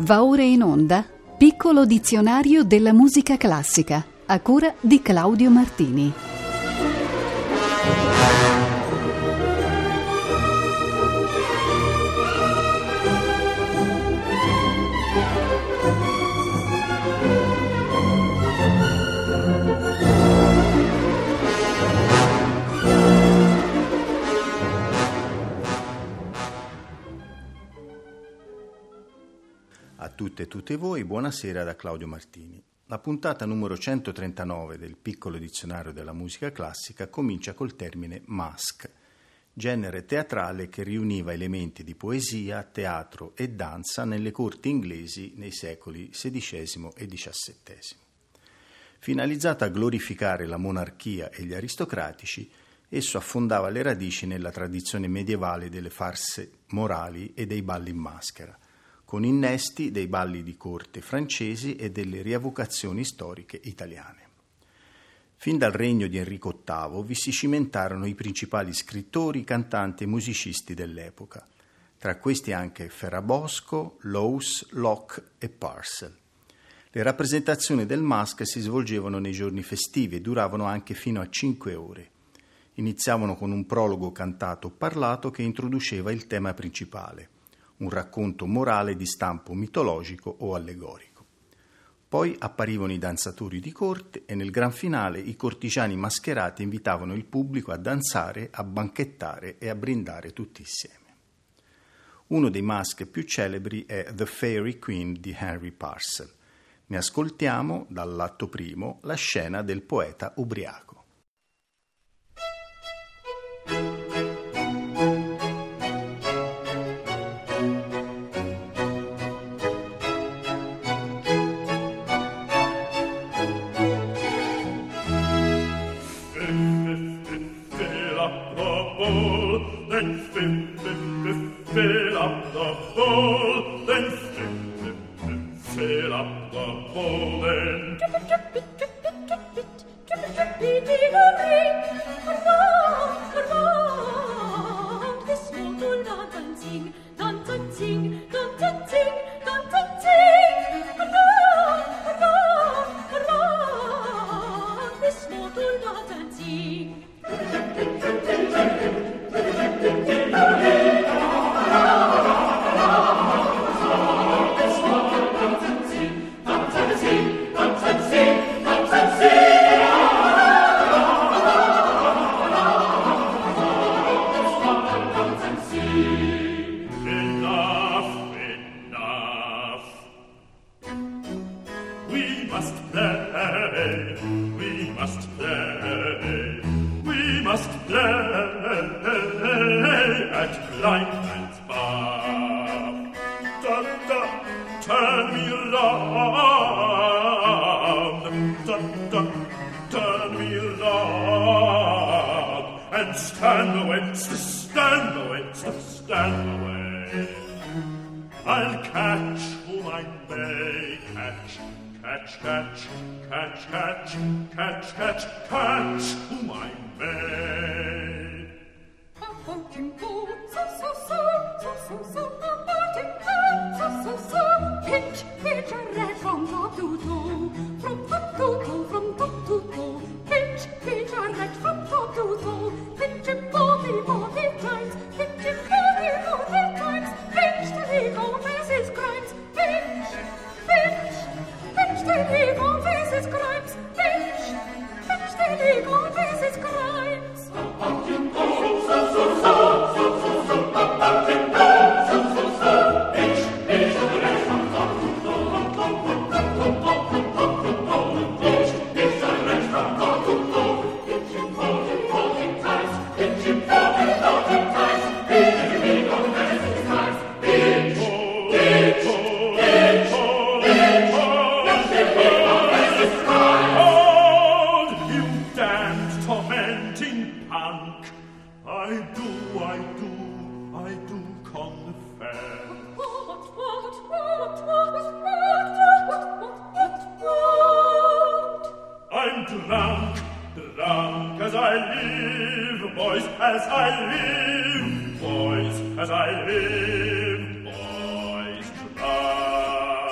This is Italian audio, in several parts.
Va ora in onda Piccolo dizionario della musica classica, a cura di Claudio Martini. A tutte e tutti voi, buonasera da Claudio Martini. La puntata numero 139 del Piccolo dizionario della musica classica comincia col termine masque, genere teatrale che riuniva elementi di poesia, teatro e danza nelle corti inglesi nei secoli XVI e XVII. Finalizzato a glorificare la monarchia e gli aristocratici, esso affondava le radici nella tradizione medievale delle farse morali e dei balli in maschera, con innesti dei balli di corte francesi e delle rievocazioni storiche italiane. Fin dal regno di Enrico VIII vi si cimentarono i principali scrittori, cantanti e musicisti dell'epoca, tra questi anche Ferrabosco, Lowes, Locke e Purcell. Le rappresentazioni del masque si svolgevano nei giorni festivi e duravano anche fino a 5 ore. Iniziavano con un prologo cantato o parlato che introduceva il tema principale, un racconto morale di stampo mitologico o allegorico. Poi apparivano i danzatori di corte e nel gran finale i cortigiani mascherati invitavano il pubblico a danzare, a banchettare e a brindare tutti insieme. Uno dei maschi più celebri è The Fairy Queen di Henry Purcell. Ne ascoltiamo, dall'atto primo, la scena del poeta ubriaco. Fill up the bowl, then fill up the bowl, then around this small dance and sing, dance and sing, dance and sing, dance and sing, around this small dance and sing. Stand away. I'll catch whom I may catch. Catch whom I may. Pitch a red from top to toe. From top to toe, from top to toe. Pitch a red from top to toe. Pitch it 40 times. Pitch it 40 times. Pitch till he confesses crimes. Pitch till he confesses crimes. Pitch till he confesses crimes. Drunk as I live, boys, as I live, boys, as I live, boys, drunk.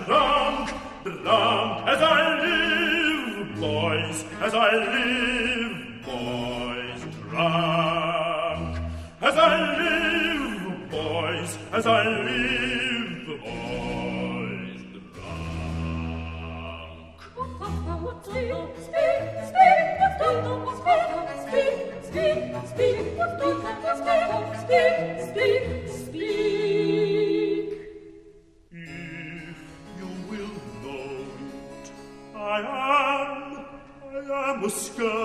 drunk, drunk as I live, boys, as I live, boys, drunk as I live, boys, as I live, boys, drunk. Speak, speak, speak, what do you speak, speak, speak, what do you speak, speak, speak. If you will know it, I am a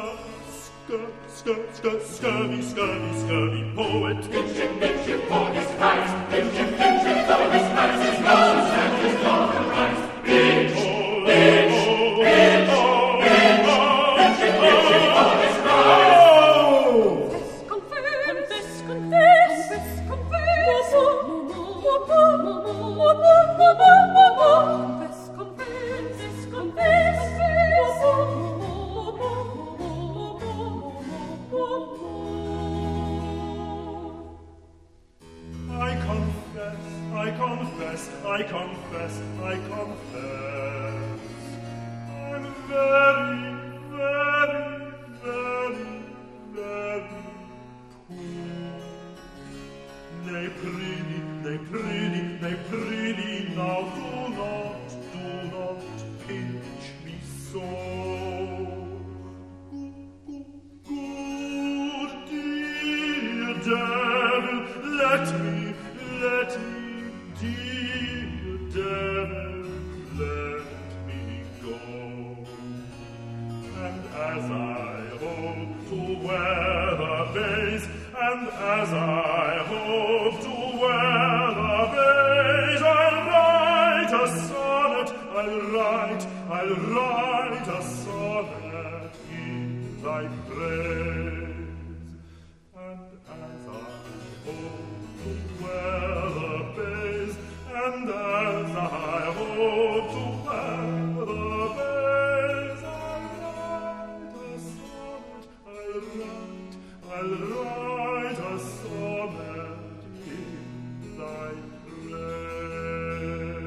scurvy poet. Pinch for his price, pinch for his price, his nose and his golden rice. Pinch, pinch, pinch, pinch, pinch for his price. Confess, confess, confess, confess, confess, confess, confess, I confess, I'm very, very, very, very poor. Nay, pretty, now do not pinch me so. Good dear devil, let me, dear devil, let me go. And as I hope to wear the bays, and as I hope to wear the bays, I'll write a sonnet, I'll write a sonnet in thy praise. And as I hope to wear the bays, and as I hope to wear the bays, I'll write a sonnet in thy praise.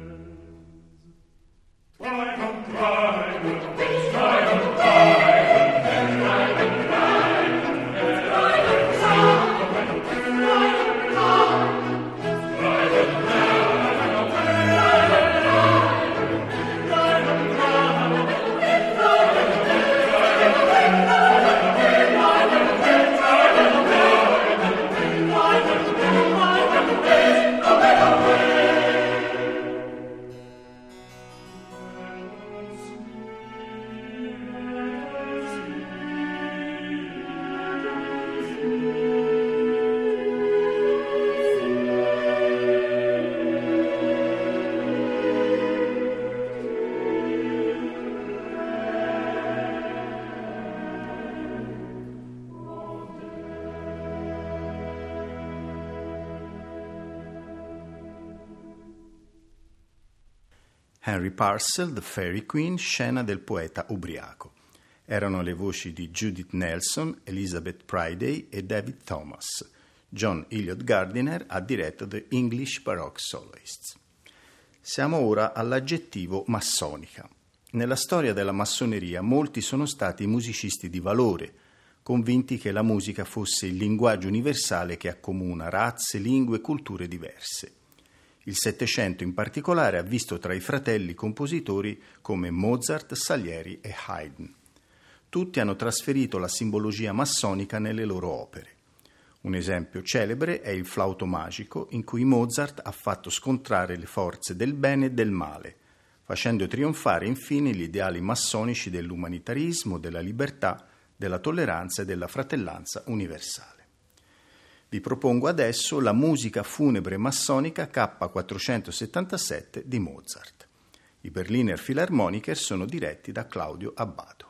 Try and cry with this, try and cry with this, try and cry with this, try and cry with this, try and cry with this, Henry Purcell, The Fairy Queen, scena del poeta ubriaco. Erano le voci di Judith Nelson, Elizabeth Priday e David Thomas. John Eliot Gardiner ha diretto The English Baroque Soloists. Siamo ora all'aggettivo massonica. Nella storia della massoneria molti sono stati musicisti di valore, convinti che la musica fosse il linguaggio universale che accomuna razze, lingue e culture diverse. Il Settecento in particolare ha visto tra i fratelli compositori come Mozart, Salieri e Haydn. Tutti hanno trasferito la simbologia massonica nelle loro opere. Un esempio celebre è il Flauto magico, in cui Mozart ha fatto scontrare le forze del bene e del male, facendo trionfare infine gli ideali massonici dell'umanitarismo, della libertà, della tolleranza e della fratellanza universale. Vi propongo adesso la musica funebre massonica K477 di Mozart. I Berliner Philharmoniker sono diretti da Claudio Abbado.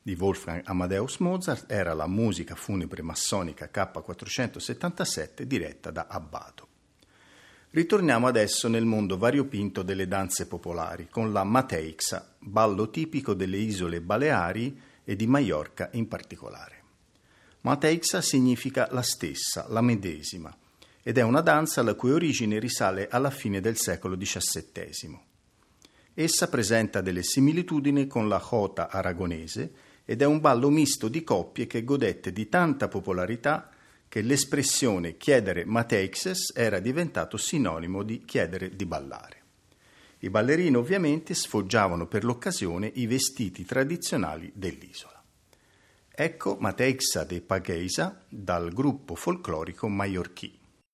di Wolfgang Amadeus Mozart era la musica funebre massonica K477 diretta da Abbado. Ritorniamo adesso nel mondo variopinto delle danze popolari con la Mateixa, ballo tipico delle isole Baleari e di Maiorca in particolare. Mateixa significa la stessa, la medesima, ed è una danza la cui origine risale alla fine del secolo XVII. Essa presenta delle similitudini con la jota aragonese ed è un ballo misto di coppie che godette di tanta popolarità che l'espressione chiedere mateixes era diventato sinonimo di chiedere di ballare. I ballerini ovviamente sfoggiavano per l'occasione i vestiti tradizionali dell'isola. Ecco Mateixa de Pagueisa dal gruppo folclorico Maiorquí.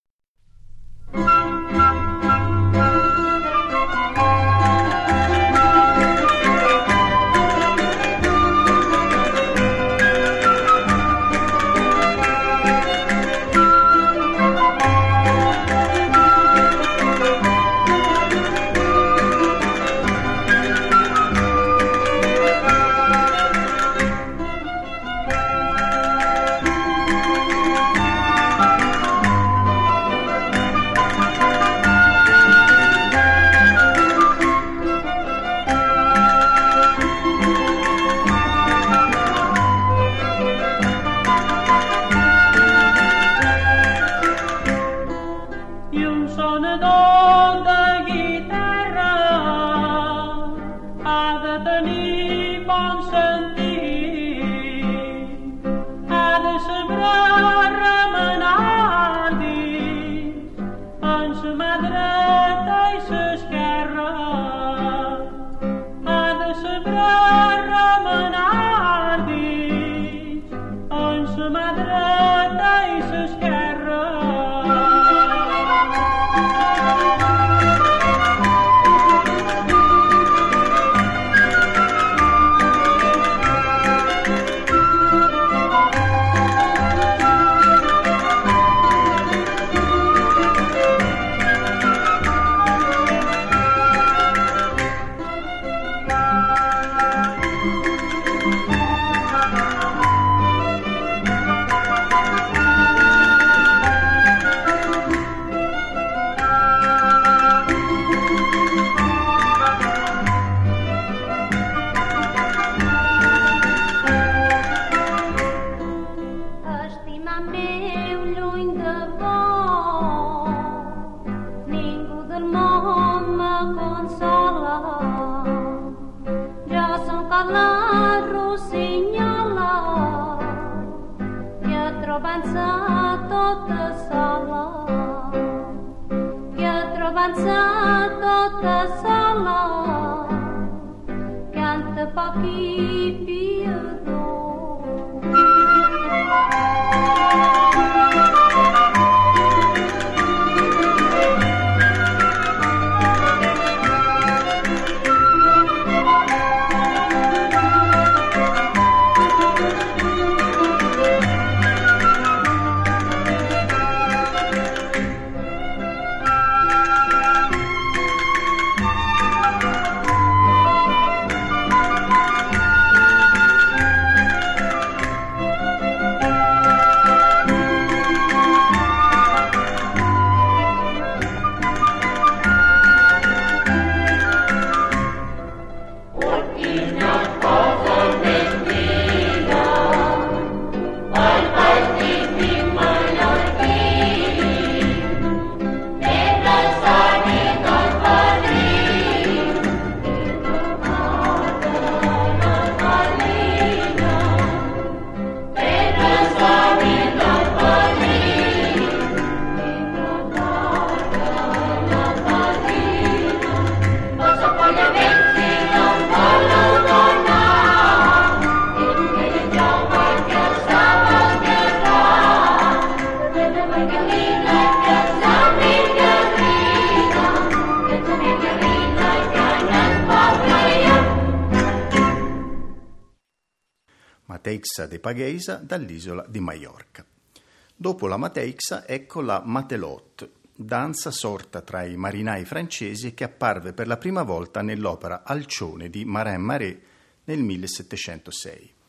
Mateixa de Pagueisa dall'isola di Maiorca. Dopo la Mateixa ecco la Matelote, danza sorta tra i marinai francesi che apparve per la prima volta nell'opera Alcione di Marin Marais nel 1706.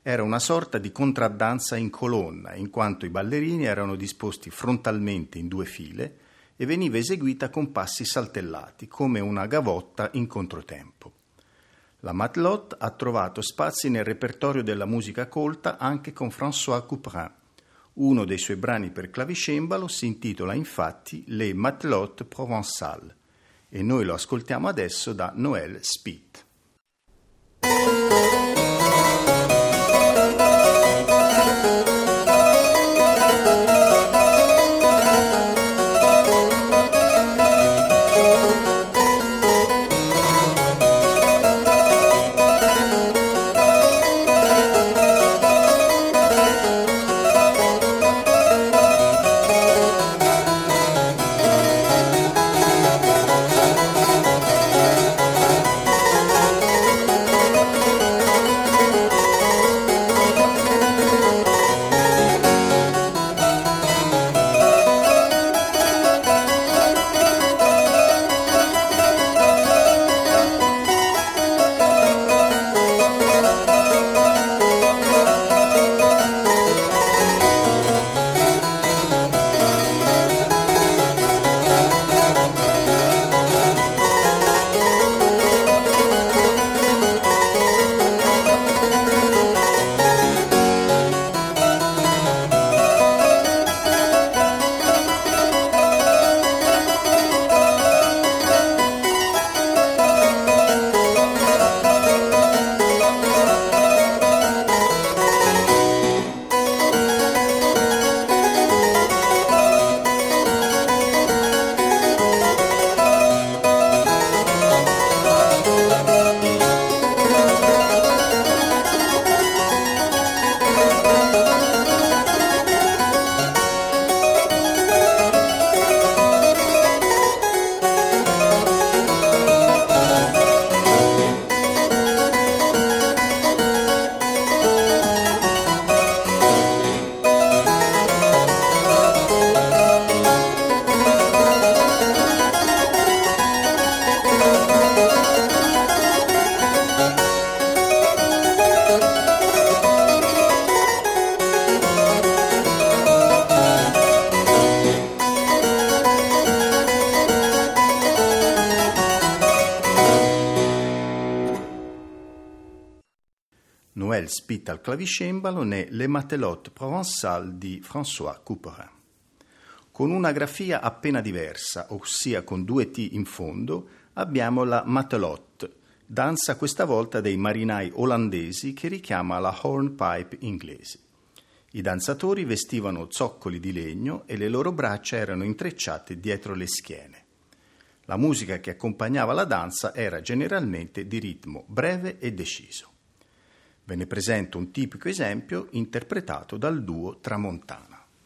Era una sorta di contraddanza in colonna, in quanto i ballerini erano disposti frontalmente in 2 file e veniva eseguita con passi saltellati, come una gavotta in controtempo. La matelotte ha trovato spazi nel repertorio della musica colta anche con François Couperin. Uno dei suoi brani per clavicembalo si intitola infatti Les Matelottes Provençales e noi lo ascoltiamo adesso da Noël Spit. Noël Spit al clavicembalo né Les Matelottes Provençales di François Couperin. Con una grafia appena diversa, ossia con 2 T in fondo, abbiamo la matelotte, danza questa volta dei marinai olandesi che richiama la hornpipe inglese. I danzatori vestivano zoccoli di legno e le loro braccia erano intrecciate dietro le schiene. La musica che accompagnava la danza era generalmente di ritmo breve e deciso. Ve ne presento un tipico esempio interpretato dal duo Tramontana.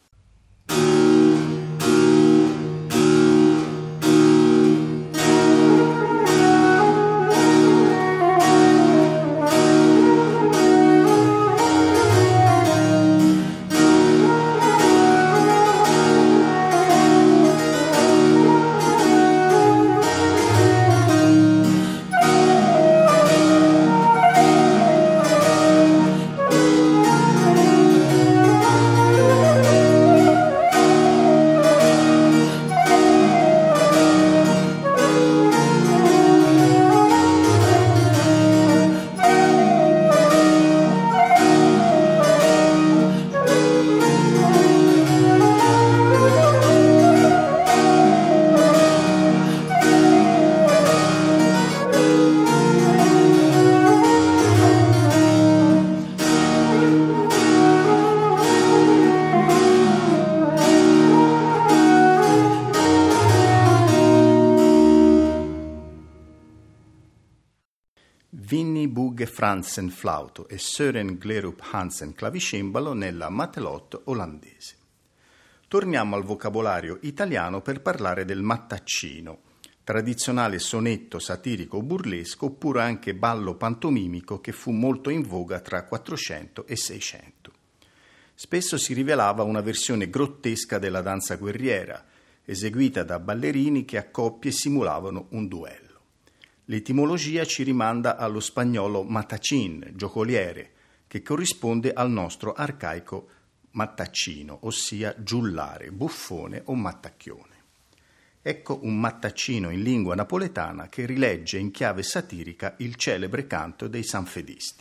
Vinnie Bugge Fransen flauto e Søren Glerup Hansen clavicembalo nella matelotte olandese. Torniamo al vocabolario italiano per parlare del mattaccino, tradizionale sonetto satirico burlesco oppure anche ballo pantomimico che fu molto in voga tra 400 e 600. Spesso si rivelava una versione grottesca della danza guerriera, eseguita da ballerini che a coppie simulavano un duello. L'etimologia ci rimanda allo spagnolo matachín, giocoliere, che corrisponde al nostro arcaico mattaccino, ossia giullare, buffone o mattacchione. Ecco un mattaccino in lingua napoletana che rilegge in chiave satirica il celebre canto dei sanfedisti.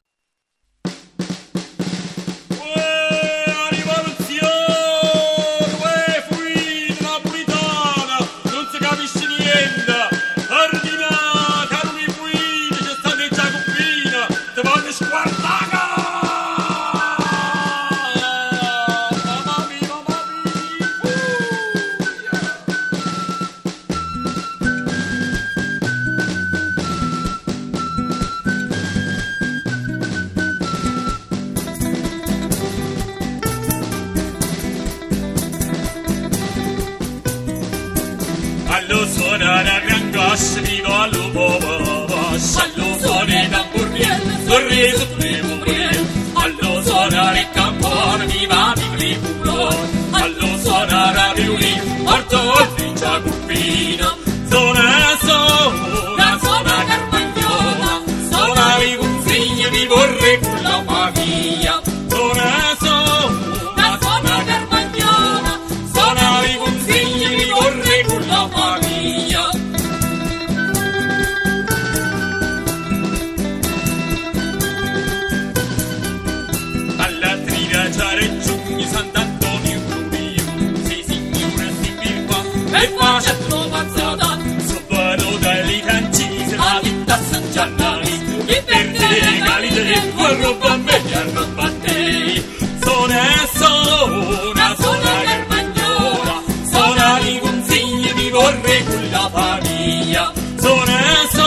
Allo suona la gran coscia, vivo allo povo, allo suona i tamburielli, sorriso primo briello, allo suona il campone, viva di pulone, allo suona la violino, porto il fincia cuppino, suona carmagnola, suona i consigli, vi vorrei con la famiglia, suona carmagnola, suona i consigli, vi vorrei con la famiglia. Alla trina c'è Giugni Sant'Antonio Rubio, si signora si firma e facendo mazzata, sopravvenuta e cancise la vita a San Giannani, e per te calite, arroba a me e arroba a te, suona carmagnola, suona i consigli, vi vorrei con la famiglia, suona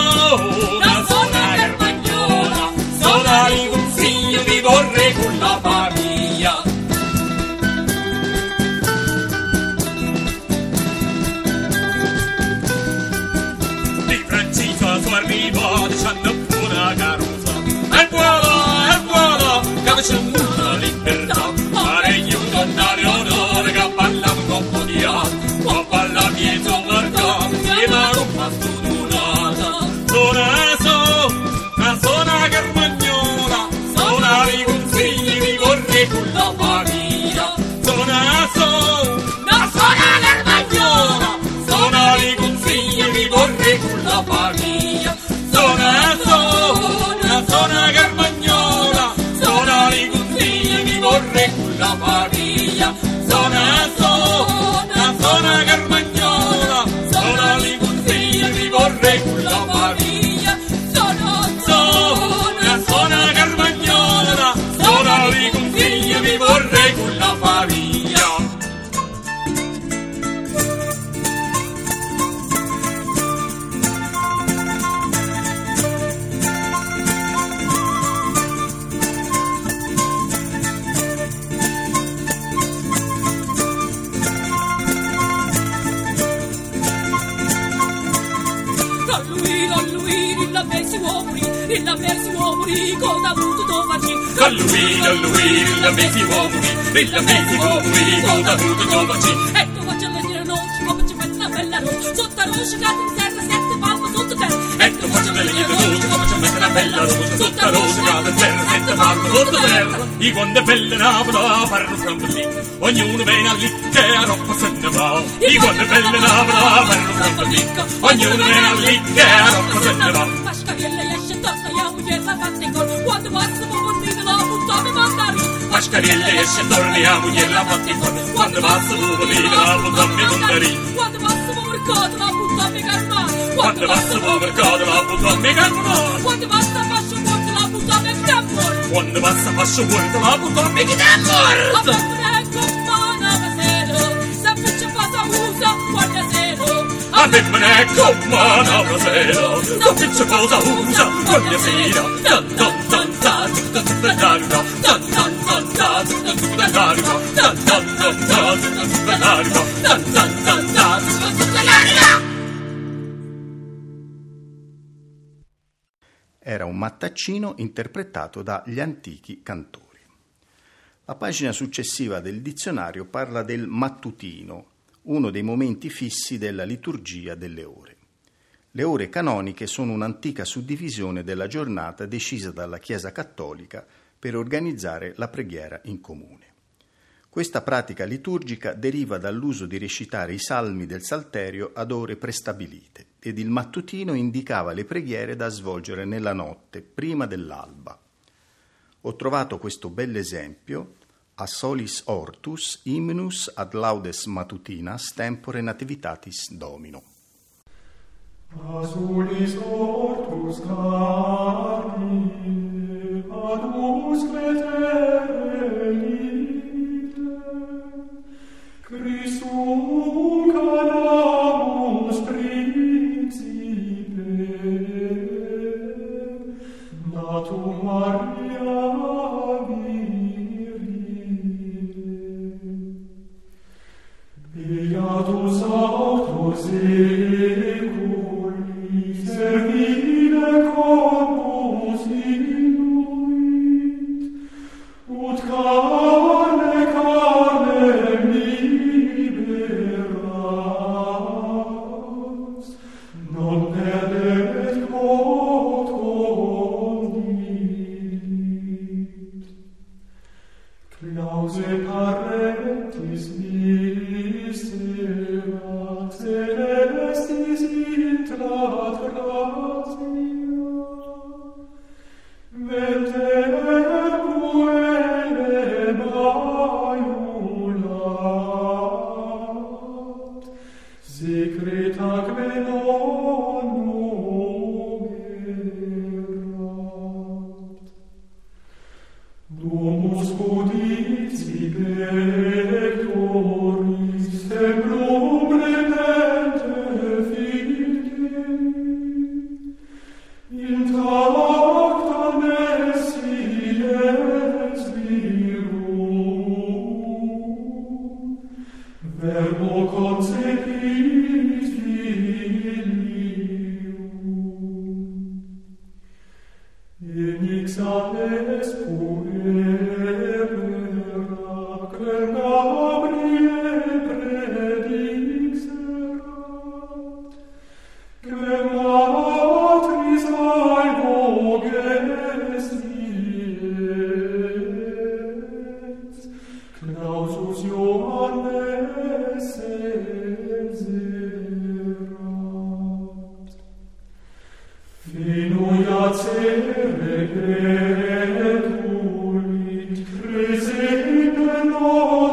carmagnola, suona i consigli, vi vorrei con la famiglia. Di Francesco su arrivo, dicendo buona carusa, e voilà, che c'è una libertà, pare io donna Leonore, che ballava con po' di altro, ma balla mezzo marcato, insieme con pasto d'unata, suona carmagnola, suona i consigli, vi vorrei con la famiglia, suona carmagnola, suona i consigli, vi vorrei con la famiglia, suona carmagnola, suona i consigli, vi vorrei con la famiglia, suona carmagnola, suona i consigli, vi vorrei con la famiglia, suona carmagnola, suona i consigli, vi vorrei con la famiglia. La mesi uomini, cosa avuto tu facci? Con lui, la mesi uomini, cosa avuto tu facci? E tu faccia le dire noci, come ci metti una bella roce, sotto roce, cade in terra, sette palme sotto terra. E tu faccia delle dire noci, come ci metti una bella roce, sotto roce, cade in terra, sette palme sotto terra. I quando belle navano, fanno frambellì, ognuno viene lì, che a roppa se ne va. I quando belle navano, fanno frambellì, ognuno viene lì, che a roppa se ne va. Mascariella esce torna, la moglie la fatta in gol, quando passa bambino la puttana mandari. Mascariella esce torna, la moglie la fatta in gol, quando passa bambino la puttana mandari. Quando passa mercato la puttana carmare, quando passa mercato la puttana carmare, quando passa fascio morto la puttana in tempo, quando passa fascio morto la puttana in tempo. A me con mana casero, sempre c'è passa usa, guarda zero. A me come una brasera, sempre c'è cosa usa, guarda sera. Tan tan tan tan, tutta tutta larga, tan tan tan tan, tutta tutta larga, tan tan tan tan, tutta tutta larga, tan tan tan tan, tutta tutta larga. Era un mattaccino interpretato dagli antichi cantori. La pagina successiva del dizionario parla del mattutino, uno dei momenti fissi della liturgia delle ore. Le ore canoniche sono un'antica suddivisione della giornata decisa dalla Chiesa Cattolica per organizzare la preghiera in comune. Questa pratica liturgica deriva dall'uso di recitare i salmi del Salterio ad ore prestabilite ed il mattutino indicava le preghiere da svolgere nella notte, prima dell'alba. Ho trovato questo bell'esempio a solis ortus hymnus ad laudes matutinas tempore nativitatis Domino. A solis ortus carni ad usque terrenite Christum calamus principe natum Maria Beatus autos seculi servile corpus inuit, ut carne liberas, non perdet quod condit. Clause parentis viscerat celestis intrat gratia, vente puelle maiulat, secreta que non erat. Domus codici pectoris templum repente fidei, intacta nesciens virum, verbo concepit filium. Enix anes puebera, quem Gabriel predixerat, quem matris albo gestiet, clausus Johannes enserat. Fino iacere etulit, presende non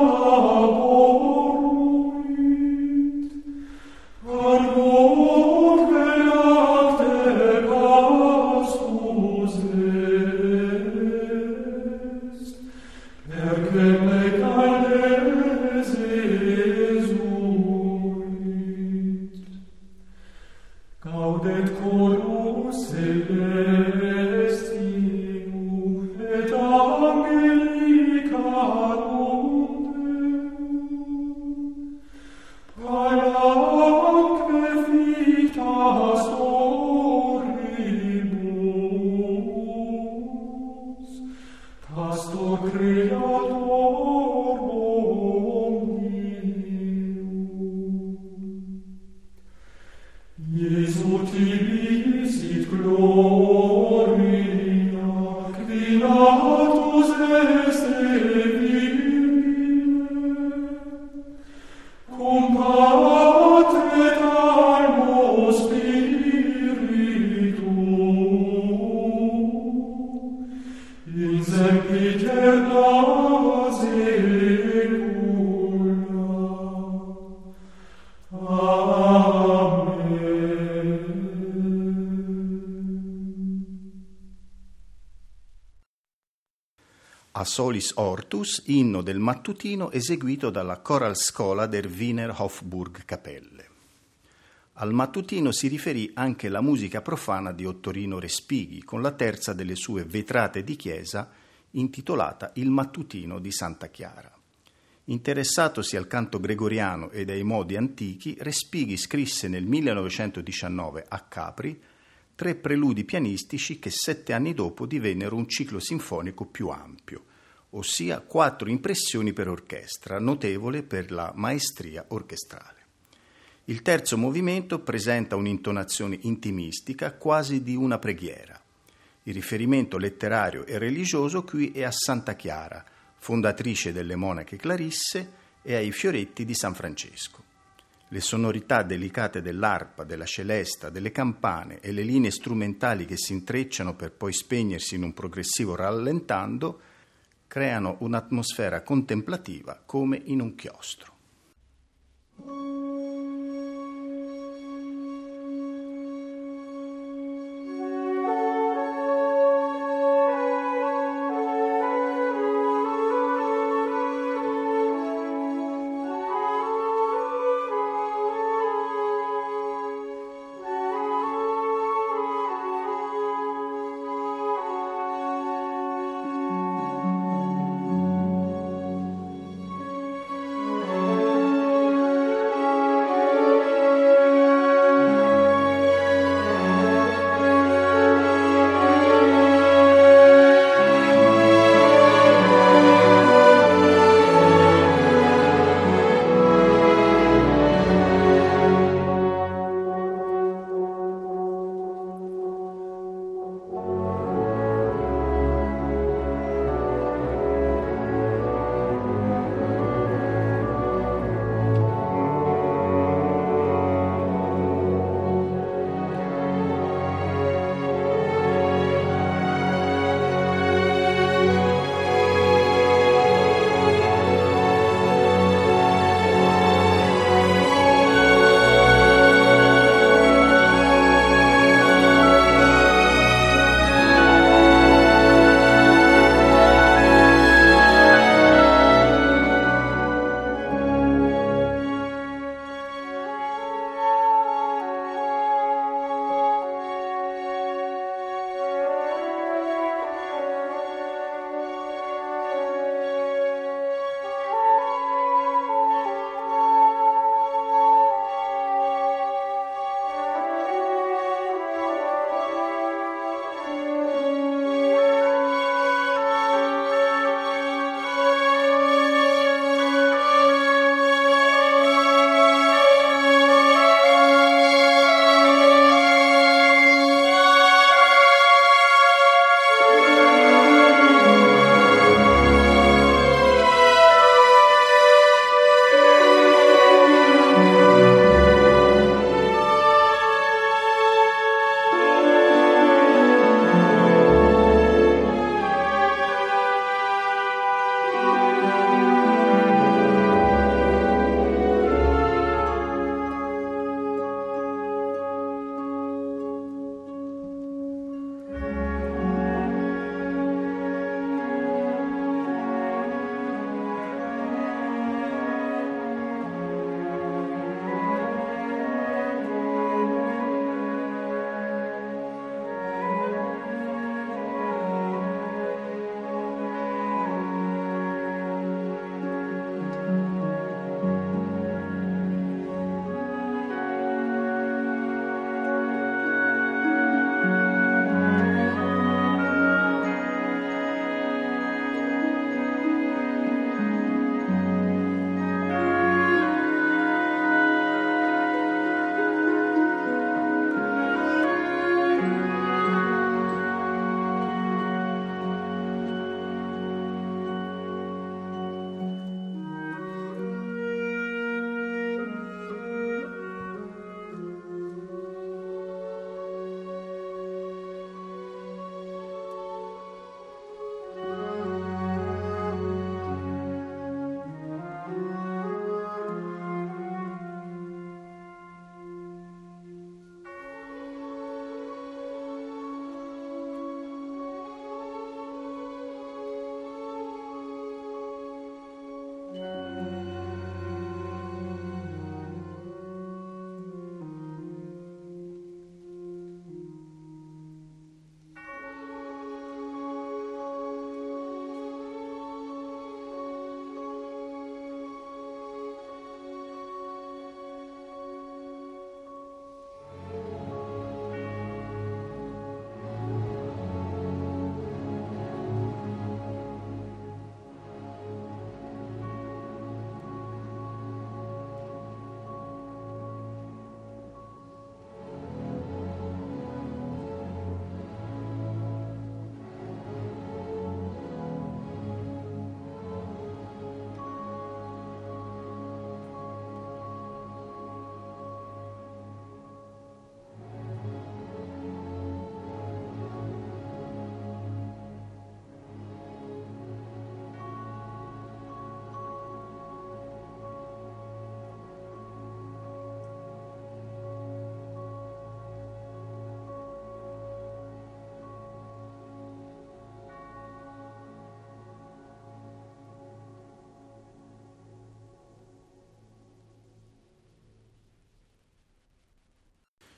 aboruit, ad hoc velacte pastus est, perque me caldes esulit. Gaudet chorus celestium et angelicarum Deum, palaque fictas oribus, pastor creator omnium. Iesu tibi sit gloria, qui natus est virgine, cum Patre et Almo Spiritu, in sempiterna saecula. Amen. A solis ortus, inno del mattutino eseguito dalla Choralschola der Wiener Hofburg-Kapelle. Al mattutino si riferì anche la musica profana di Ottorino Respighi, con la terza delle sue vetrate di chiesa, intitolata Il mattutino di Santa Chiara. Interessatosi al canto gregoriano ed ai modi antichi, Respighi scrisse nel 1919 a Capri 3 preludi pianistici che 7 anni dopo divennero un ciclo sinfonico più ampio, ossia 4 impressioni per orchestra, notevole per la maestria orchestrale. Il terzo movimento presenta un'intonazione intimistica, quasi di una preghiera. Il riferimento letterario e religioso qui è a Santa Chiara, fondatrice delle monache clarisse, e ai fioretti di San Francesco. Le sonorità delicate dell'arpa, della celesta, delle campane e le linee strumentali che si intrecciano per poi spegnersi in un progressivo rallentando creano un'atmosfera contemplativa come in un chiostro.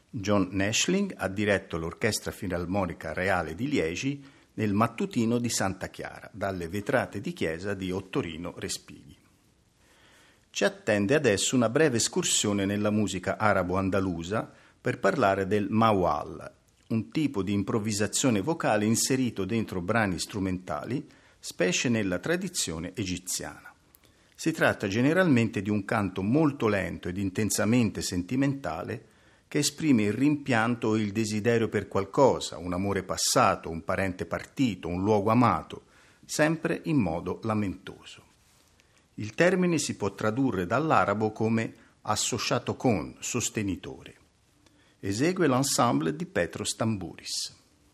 John Näschling ha diretto l'Orchestra Filarmonica Reale di Liegi nel mattutino di Santa Chiara, dalle vetrate di chiesa di Ottorino Respighi. Ci attende adesso una breve escursione nella musica arabo-andalusa per parlare del mawal, un tipo di improvvisazione vocale inserito dentro brani strumentali, specie nella tradizione egiziana. Si tratta generalmente di un canto molto lento ed intensamente sentimentale che esprime il rimpianto o il desiderio per qualcosa, un amore passato, un parente partito, un luogo amato, sempre in modo lamentoso. Il termine si può tradurre dall'arabo come associato con, sostenitore. Esegue l'ensemble di Petros Tambouris.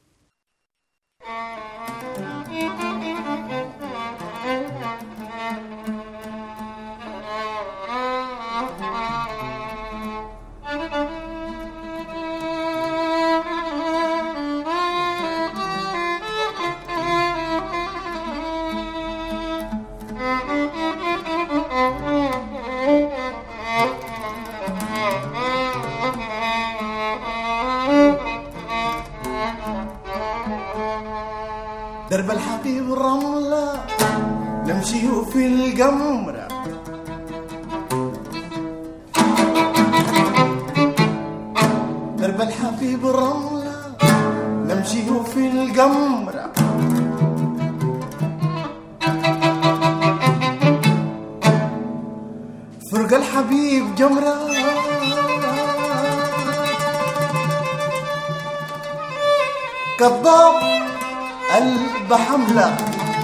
درب الحبيب الرملة نمشي في القمرة درب الحبيب الرملة نمشي في القمرة فرق الحبيب جمرة كالضب قلب حملة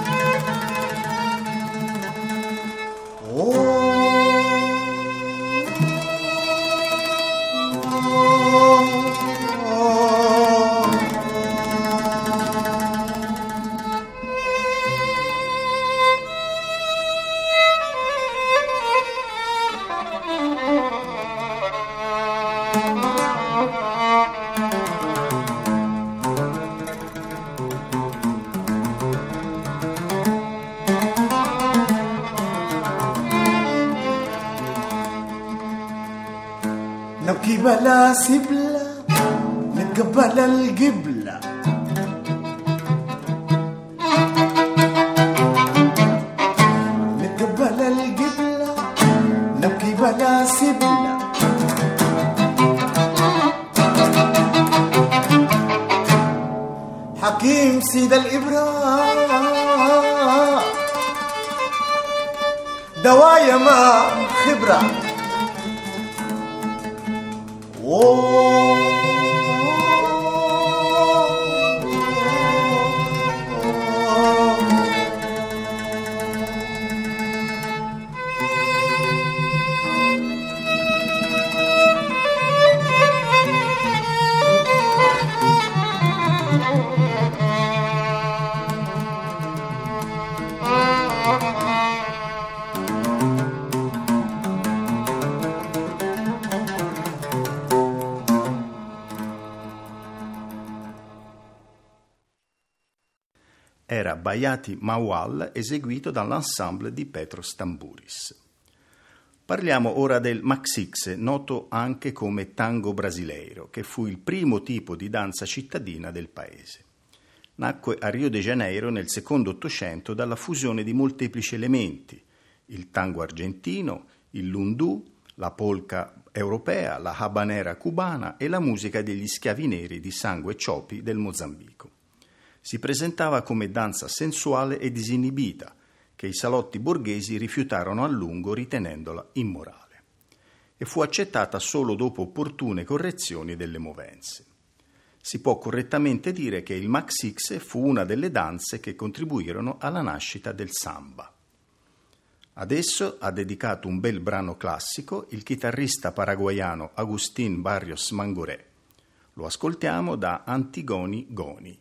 نبكي بلا سبلة نتقبل القبلة نتقبل القبلة نبكي بلا سبلة حكيم سيد الإبرة دوايا ما خبرة Era Bayati Mawal, eseguito dall'ensemble di Petros Tambouris. Parliamo ora del Maxixe, noto anche come tango brasileiro, che fu il primo tipo di danza cittadina del paese. Nacque a Rio de Janeiro nel secondo Ottocento dalla fusione di molteplici elementi: il tango argentino, il lundu, la polka europea, la habanera cubana e la musica degli schiavi neri di sangue Chopi del Mozambico. Si presentava come danza sensuale e disinibita, che i salotti borghesi rifiutarono a lungo ritenendola immorale, e fu accettata solo dopo opportune correzioni delle movenze. Si può correttamente dire che il Maxixe fu una delle danze che contribuirono alla nascita del samba. Ad esso ha dedicato un bel brano classico il chitarrista paraguaiano Agustín Barrios Mangoré. Lo ascoltiamo da Antigoni Goni.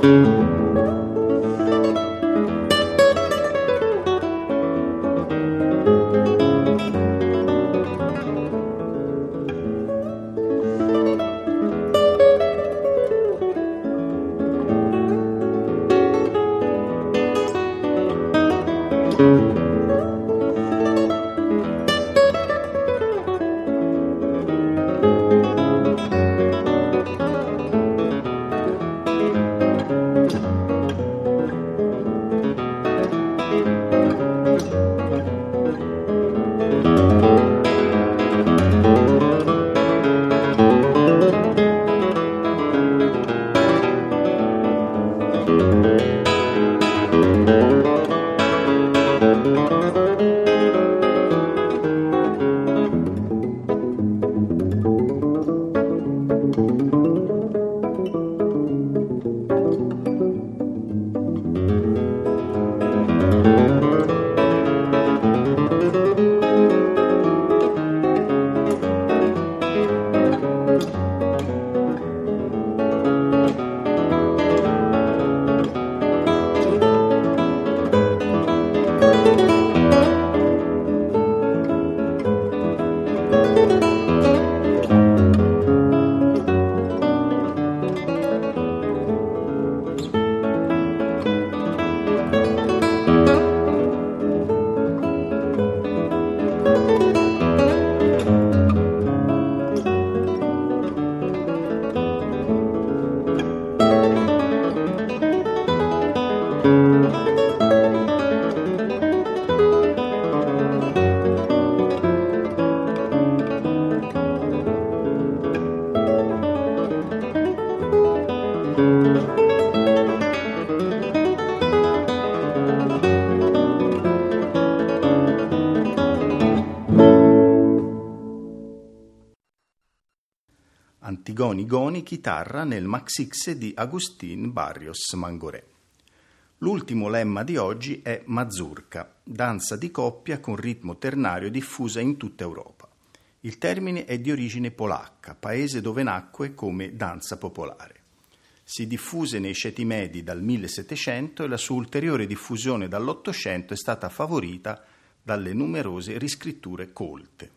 Antigoni Goni, chitarra nel Max X di Agustín Barrios Mangoré. L'ultimo lemma di oggi è mazurka, danza di coppia con ritmo ternario diffusa in tutta Europa. Il termine è di origine polacca, paese dove nacque come danza popolare. Si diffuse nei ceti medi dal 1700 e la sua ulteriore diffusione dall'Ottocento è stata favorita dalle numerose riscritture colte.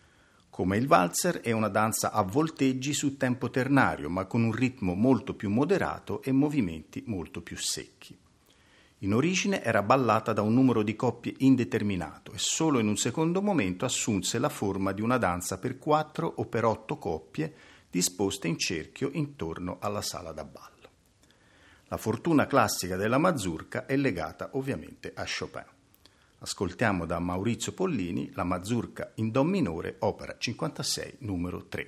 Come il valzer è una danza a volteggi su tempo ternario, ma con un ritmo molto più moderato e movimenti molto più secchi. In origine era ballata da un numero di coppie indeterminato e solo in un secondo momento assunse la forma di una danza per 4 o per 8 coppie disposte in cerchio intorno alla sala da ballo. La fortuna classica della mazurka è legata ovviamente a Chopin. Ascoltiamo da Maurizio Pollini la mazurka in do minore, opera 56, numero 3.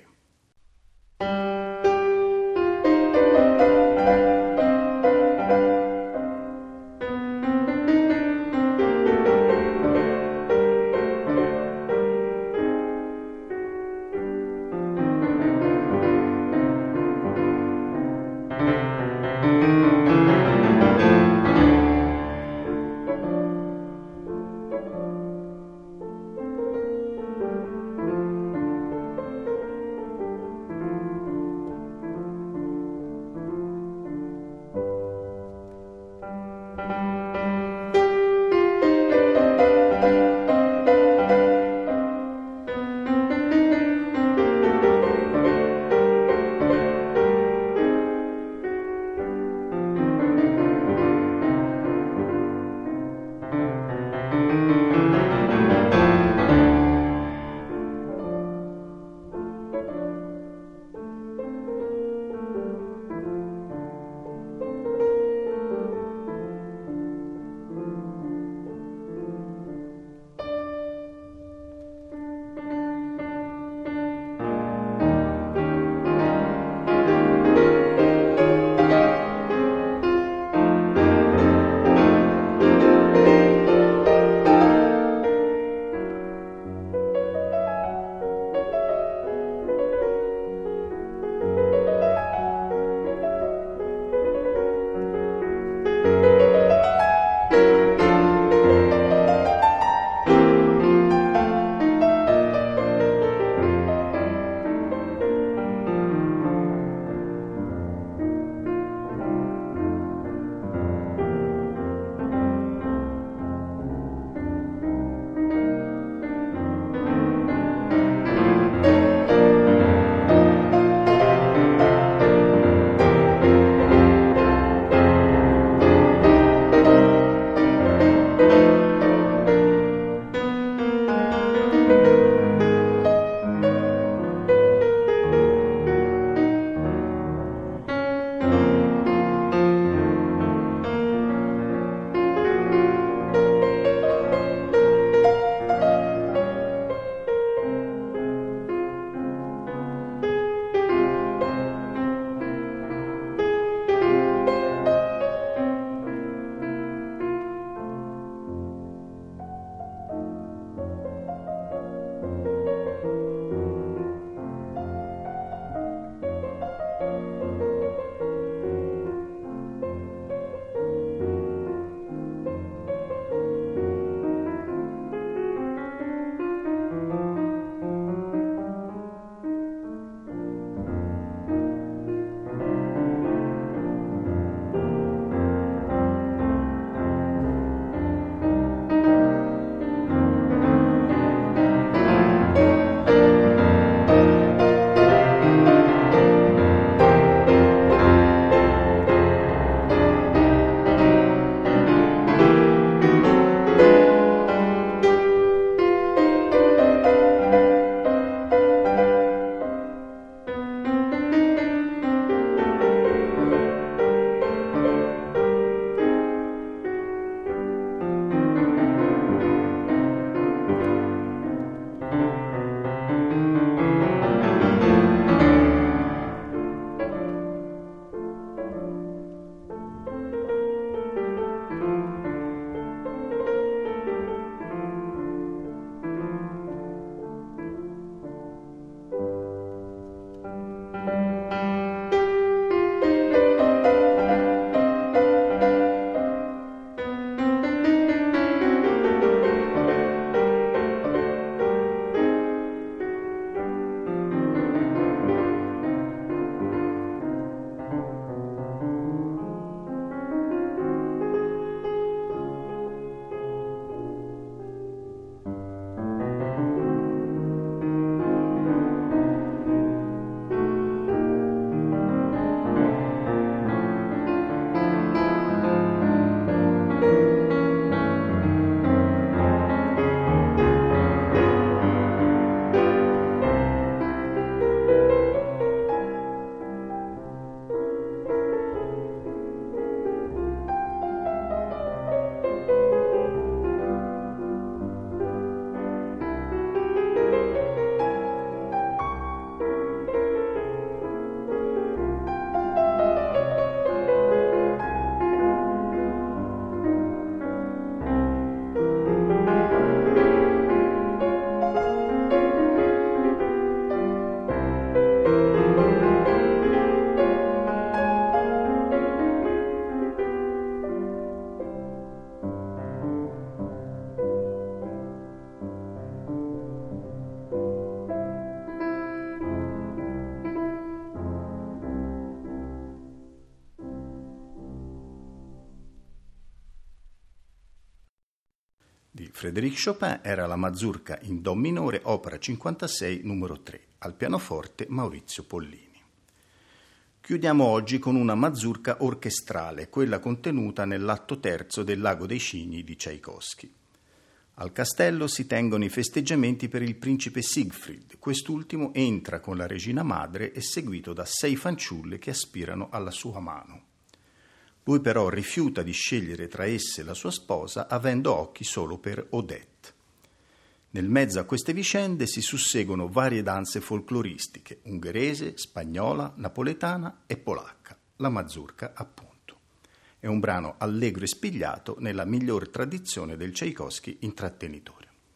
di Frédéric Chopin era la mazurka in do minore, opera 56, numero 3, al pianoforte Maurizio Pollini. Chiudiamo oggi con una mazurka orchestrale, quella contenuta nell'atto terzo del Lago dei Cigni di Tchaikovsky. Al castello si tengono i festeggiamenti per il principe Siegfried. Quest'ultimo entra con la regina madre e seguito da 6 fanciulle che aspirano alla sua mano. Lui però rifiuta di scegliere tra esse la sua sposa, avendo occhi solo per Odette. Nel mezzo a queste vicende si susseguono varie danze folcloristiche, ungherese, spagnola, napoletana e polacca, la mazurka appunto. È un brano allegro e spigliato nella miglior tradizione del Tchaikovsky intrattenitore.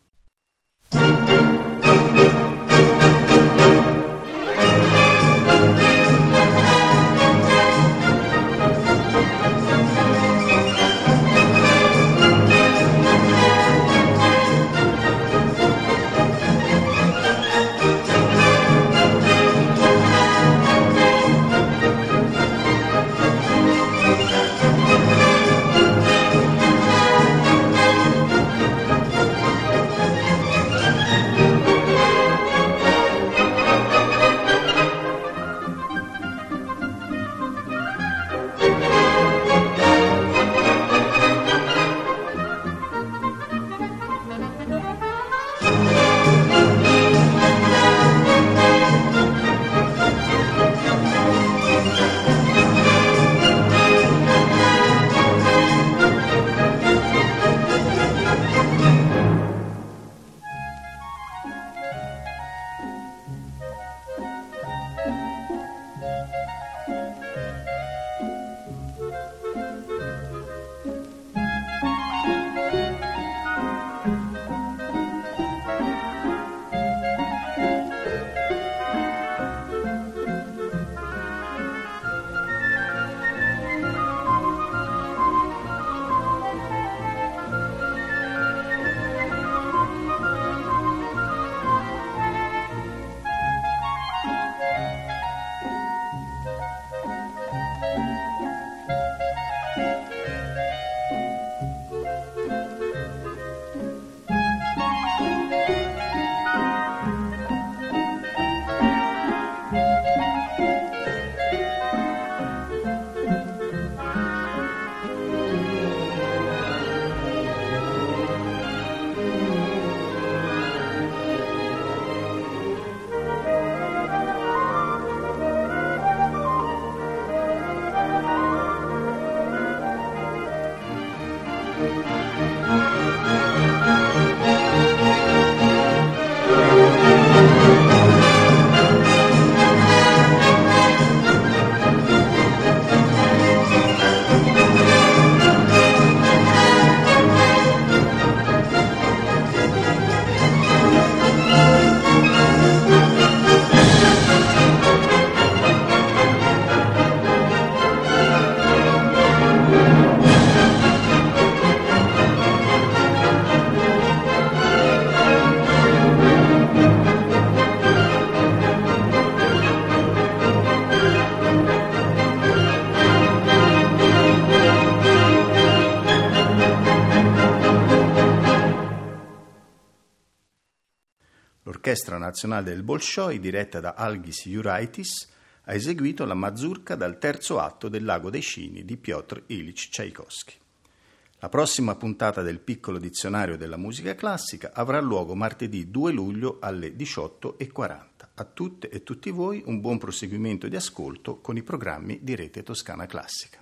L'Orchestra Nazionale del Bolshoi, diretta da Algis Juraitis, ha eseguito la mazurka dal terzo atto del Lago dei Cigni di Piotr Ilyich Tchaikovsky. La prossima puntata del Piccolo Dizionario della Musica Classica avrà luogo martedì 2 luglio alle 18:40. A tutte e tutti voi un buon proseguimento di ascolto con i programmi di Rete Toscana Classica.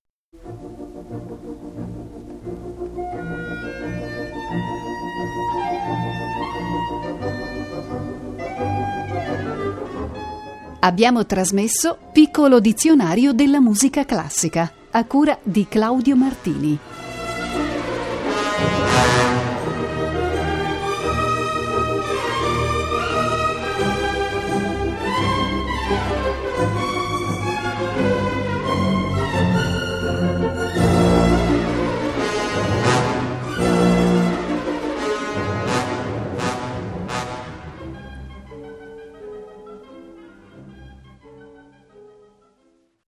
Abbiamo trasmesso Piccolo Dizionario della Musica Classica, a cura di Claudio Martini.